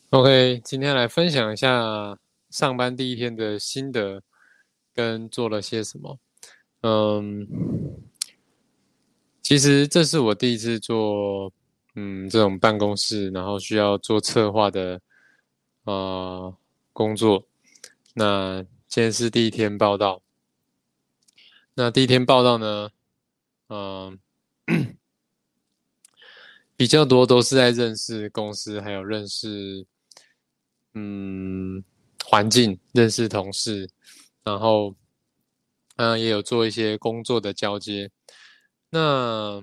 OK，今天来分享一下上班第一天的心得，跟做了些什么。嗯，其实这是我第一次做，这种办公室，然后需要做策划的，工作。那今天是第一天报道。那第一天报道呢，嗯、比较多都是在认识公司，还有认识嗯环境，认识同事，然后也有做一些工作的交接。那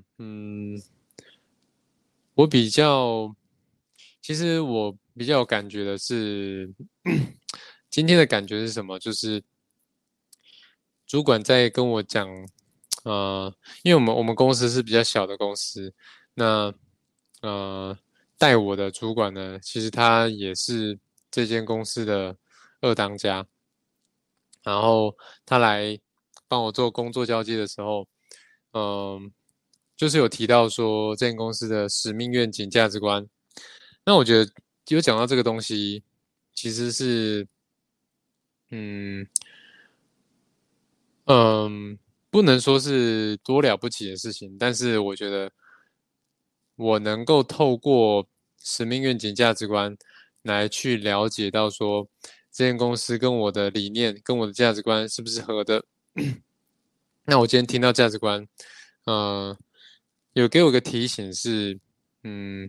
我比较，其实我比较有感觉的是，今天的感觉是什么？就是主管在跟我讲，因为我们公司是比较小的公司，那带我的主管呢，其实他也是这间公司的二当家，然后他来帮我做工作交接的时候，嗯、就是有提到说这间公司的使命、愿景、价值观。那我觉得有讲到这个东西，其实是嗯嗯，不能说是多了不起的事情，但是我觉得我能够透过使命、愿景、价值观来去了解到说这间公司跟我的理念、跟我的价值观是不是合的。那我今天听到价值观，呃，有给我个提醒是，嗯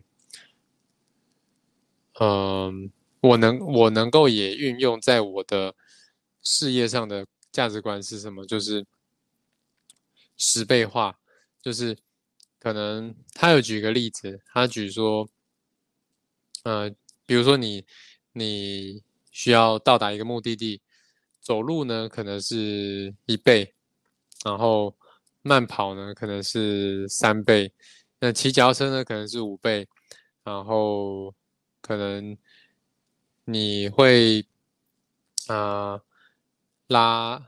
嗯，我能够也运用在我的事业上的价值观是什么？就是十倍化，就是可能他有举个例子，他举说，呃，比如说你需要到达一个目的地，走路呢可能是1倍，然后慢跑呢可能是3倍，那骑脚踏车呢可能是5倍，然后可能你会啊、拉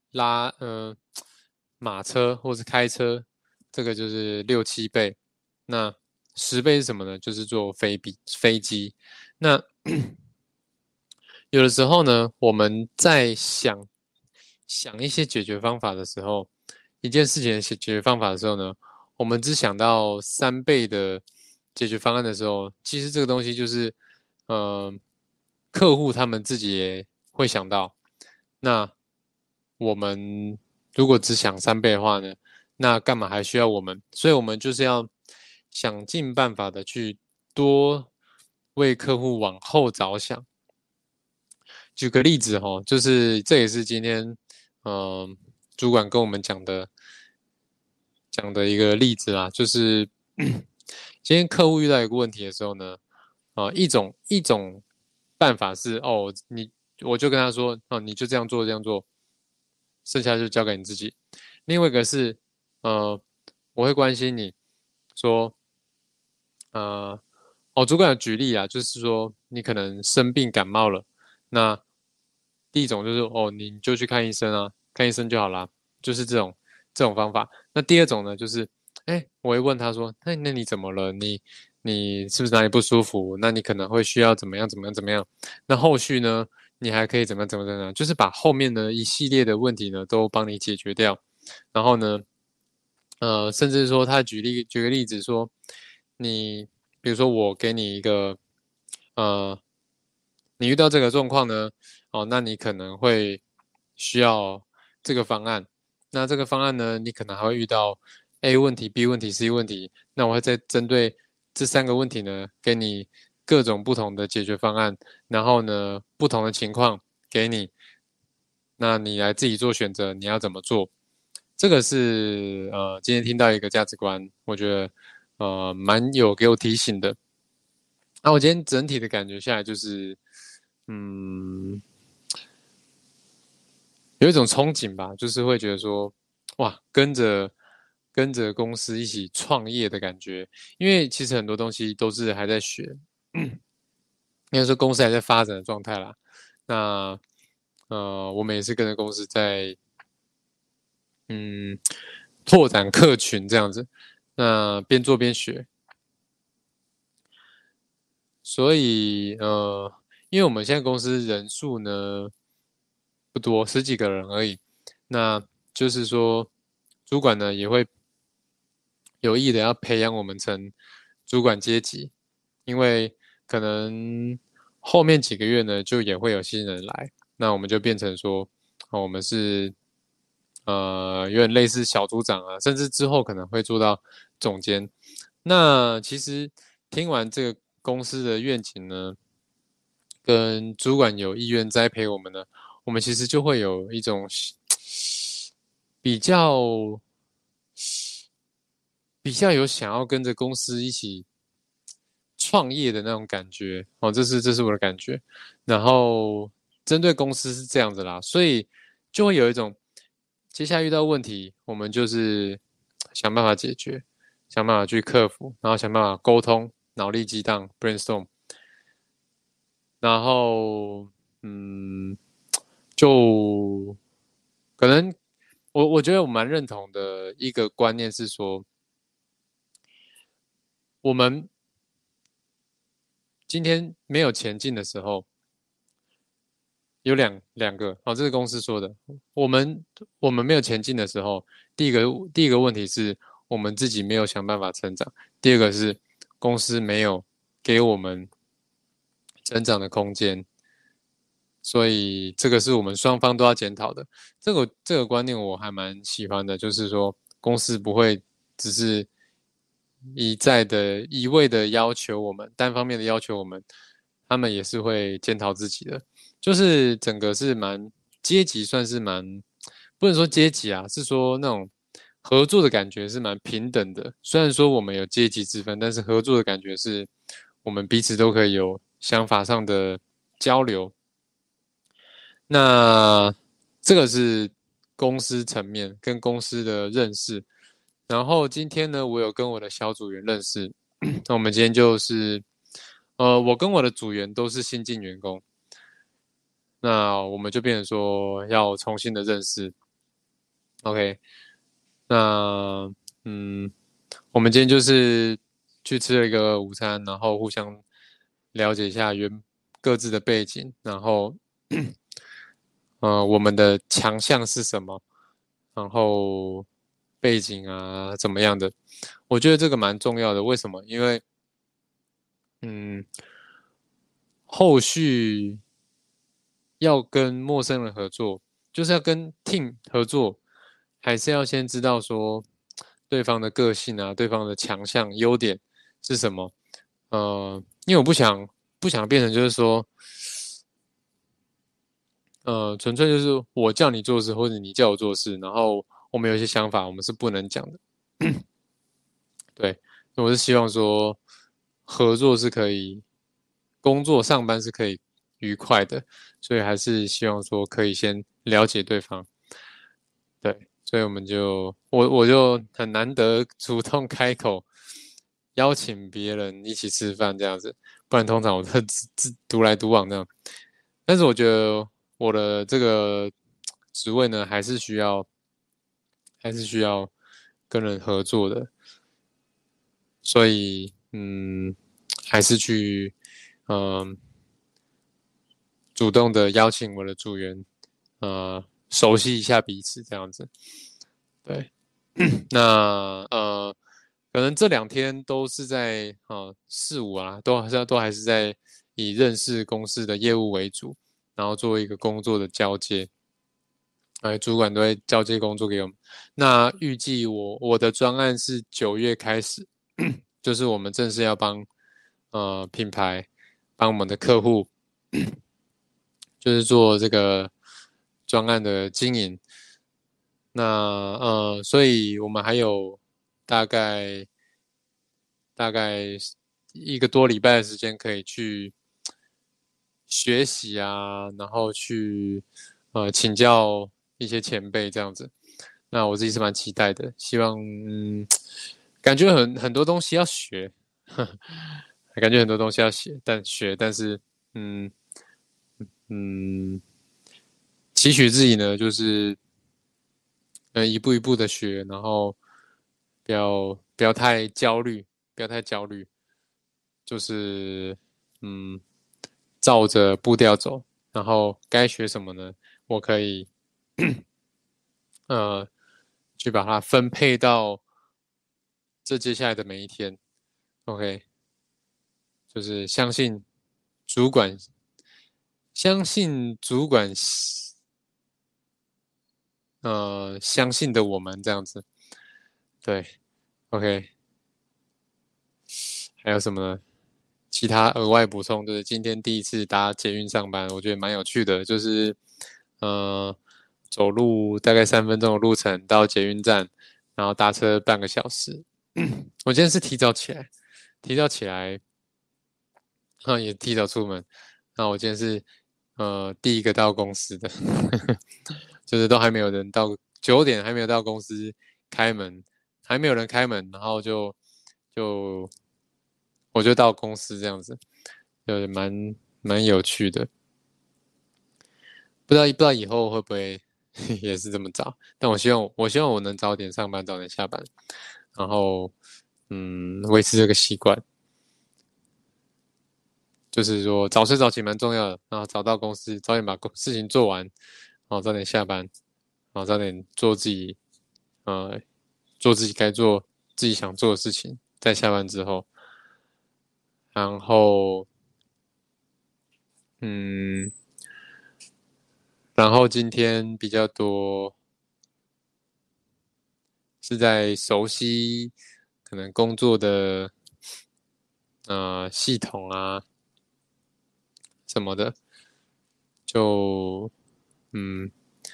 马车或是开车，这个就是6、7倍。那10倍是什么呢？就是坐飞机。那有的时候呢，我们在想一些解决方法的时候，一件事情的解决方法的时候呢，我们只想到3倍的解决方案的时候，其实这个东西就是，呃，客户他们自己也会想到。那我们如果只想3倍的话呢，那干嘛还需要我们？所以我们就是要想尽办法的去多为客户往后着想。举个例子哈，就是这也是今天主管跟我们讲的一个例子啦，就是今天客户遇到一个问题的时候呢，一种办法是我就跟他说你就这样做这样做，剩下就交给你自己。另外一个是我会关心你说呃主管有举例啊，就是说你可能生病感冒了，那第一种就是你就去看医生啊，看医生就好啦，就是这种方法。那第二种呢，就是我会问他说，那你怎么了？你是不是哪里不舒服？那你可能会需要怎么样怎么样怎么样？那后续呢，你还可以怎么样怎么样怎么样？就是把后面的一系列的问题呢都帮你解决掉。然后呢，甚至说他举个例子说，你比如说我给你一个，呃，你遇到这个状况呢，那你可能会需要这个方案，那这个方案呢，你可能还会遇到 A 问题、B 问题、C 问题，那我会再针对这3个问题呢，给你各种不同的解决方案，然后呢，不同的情况给你，那你来自己做选择，你要怎么做？这个是今天听到一个价值观，我觉得蛮有给我提醒的。那我今天整体的感觉下来就是，嗯，有一种憧憬吧，就是会觉得说，哇，跟着公司一起创业的感觉。因为其实很多东西都是还在学，应该说公司还在发展的状态啦。那我们也是跟着公司在嗯拓展客群这样子，那边做边学。 所以因为我们现在公司人数呢不多，十几个人而已。那就是说，主管呢也会有意的要培养我们成主管阶级，因为可能后面几个月呢，就也会有新人来，那我们就变成说，我们是有点类似小组长啊，甚至之后可能会做到总监。那其实听完这个公司的愿景呢，跟主管有意愿栽培我们呢，我们其实就会有一种比较比较有想要跟着公司一起创业的那种感觉哦，这是我的感觉。然后针对公司是这样子啦，所以就会有一种接下来遇到问题，我们就是想办法解决，想办法去克服，然后想办法沟通，脑力激荡 brainstorm，然后嗯，就可能我觉得我蛮认同的一个观念是说，我们今天没有前进的时候，有两个哦，这是公司说的。我们我们没有前进的时候，第一个问题是我们自己没有想办法成长，第二个是公司没有给我们成长的空间，所以这个是我们双方都要检讨的。这个观念我还蛮喜欢的，就是说公司不会只是一味的要求我们，单方面的要求我们，他们也是会检讨自己的。就是整个是蛮阶级，算是蛮不能说阶级啊，是说那种合作的感觉是蛮平等的。虽然说我们有阶级之分，但是合作的感觉是我们彼此都可以有想法上的交流。那这个是公司层面跟公司的认识。然后今天呢，我有跟我的小组员认识，那我们今天就是，我跟我的组员都是新进员工，那我们就变成说要重新的认识，OK，那嗯，我们今天就是去吃了一个午餐，然后互相了解一下各自的背景，然后我们的强项是什么，然后背景啊怎么样的，我觉得这个蛮重要的。为什么？因为嗯，后续要跟陌生人合作，就是要跟 team 合作，还是要先知道说对方的个性啊，对方的强项、优点是什么。因为我不想变成就是说，纯粹就是我叫你做事，或者你叫我做事，然后我们有一些想法，我们是不能讲的。对，我是希望说合作是可以，工作上班是可以愉快的，所以还是希望说可以先了解对方。对，所以我就很难得主动开口邀请别人一起吃饭这样子，不然通常我都独来独往那样。但是我觉得我的这个职位呢，还是需要跟人合作的，所以还是去嗯主动的邀请我的组员，熟悉一下彼此这样子。对，那可能这2天都是在四五啊，都还是在以认识公司的业务为主，然后做一个工作的交接。主管都会交接工作给我们。那预计我的专案是9月开始，就是我们正式要帮品牌帮我们的客户，就是做这个专案的经营。那所以我们还有大概大概1个多礼拜的时间可以去学习啊，然后去请教一些前辈这样子。那我自己是蛮期待的，希望感觉很多东西要学，感觉很多东西要但是嗯嗯，期许自己呢，就是一步一步的学，然后不要太焦虑，不要太焦虑，就是照着步调走，然后该学什么呢？我可以去把它分配到这接下来的每一天。OK，就是主管，相信主管，相信的我们这样子。对，OK，还有什么呢？其他额外补充，就是今天第一次搭捷运上班，我觉得蛮有趣的，就是呃，走路大概3分钟的路程到捷运站，然后搭车半个小时。我今天是提早起来，也提早出门。那我今天是第一个到公司的，就是都还没有人到9点还没有到公司开门，还没有人开门，然后就我就到公司这样子，就蛮有趣的。不知道以后会不会也是这么早，但我希望我能早点上班，早点下班，然后维持这个习惯。就是说早睡早起蛮重要的，然后早到公司，早点把事情做完，然后早点下班，然后早点呃做自己该做、自己想做的事情，在下班之后，然后嗯，然后今天比较多是在熟悉可能工作的系统啊什么的，就嗯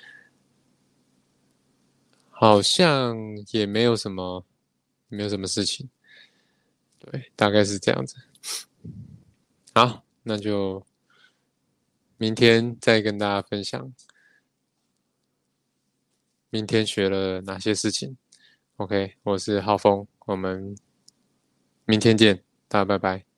好像也没有什么事情，对，大概是这样子。好，那就明天再跟大家分享明天学了哪些事情。OK，我是浩峰，我们明天见，大家拜拜。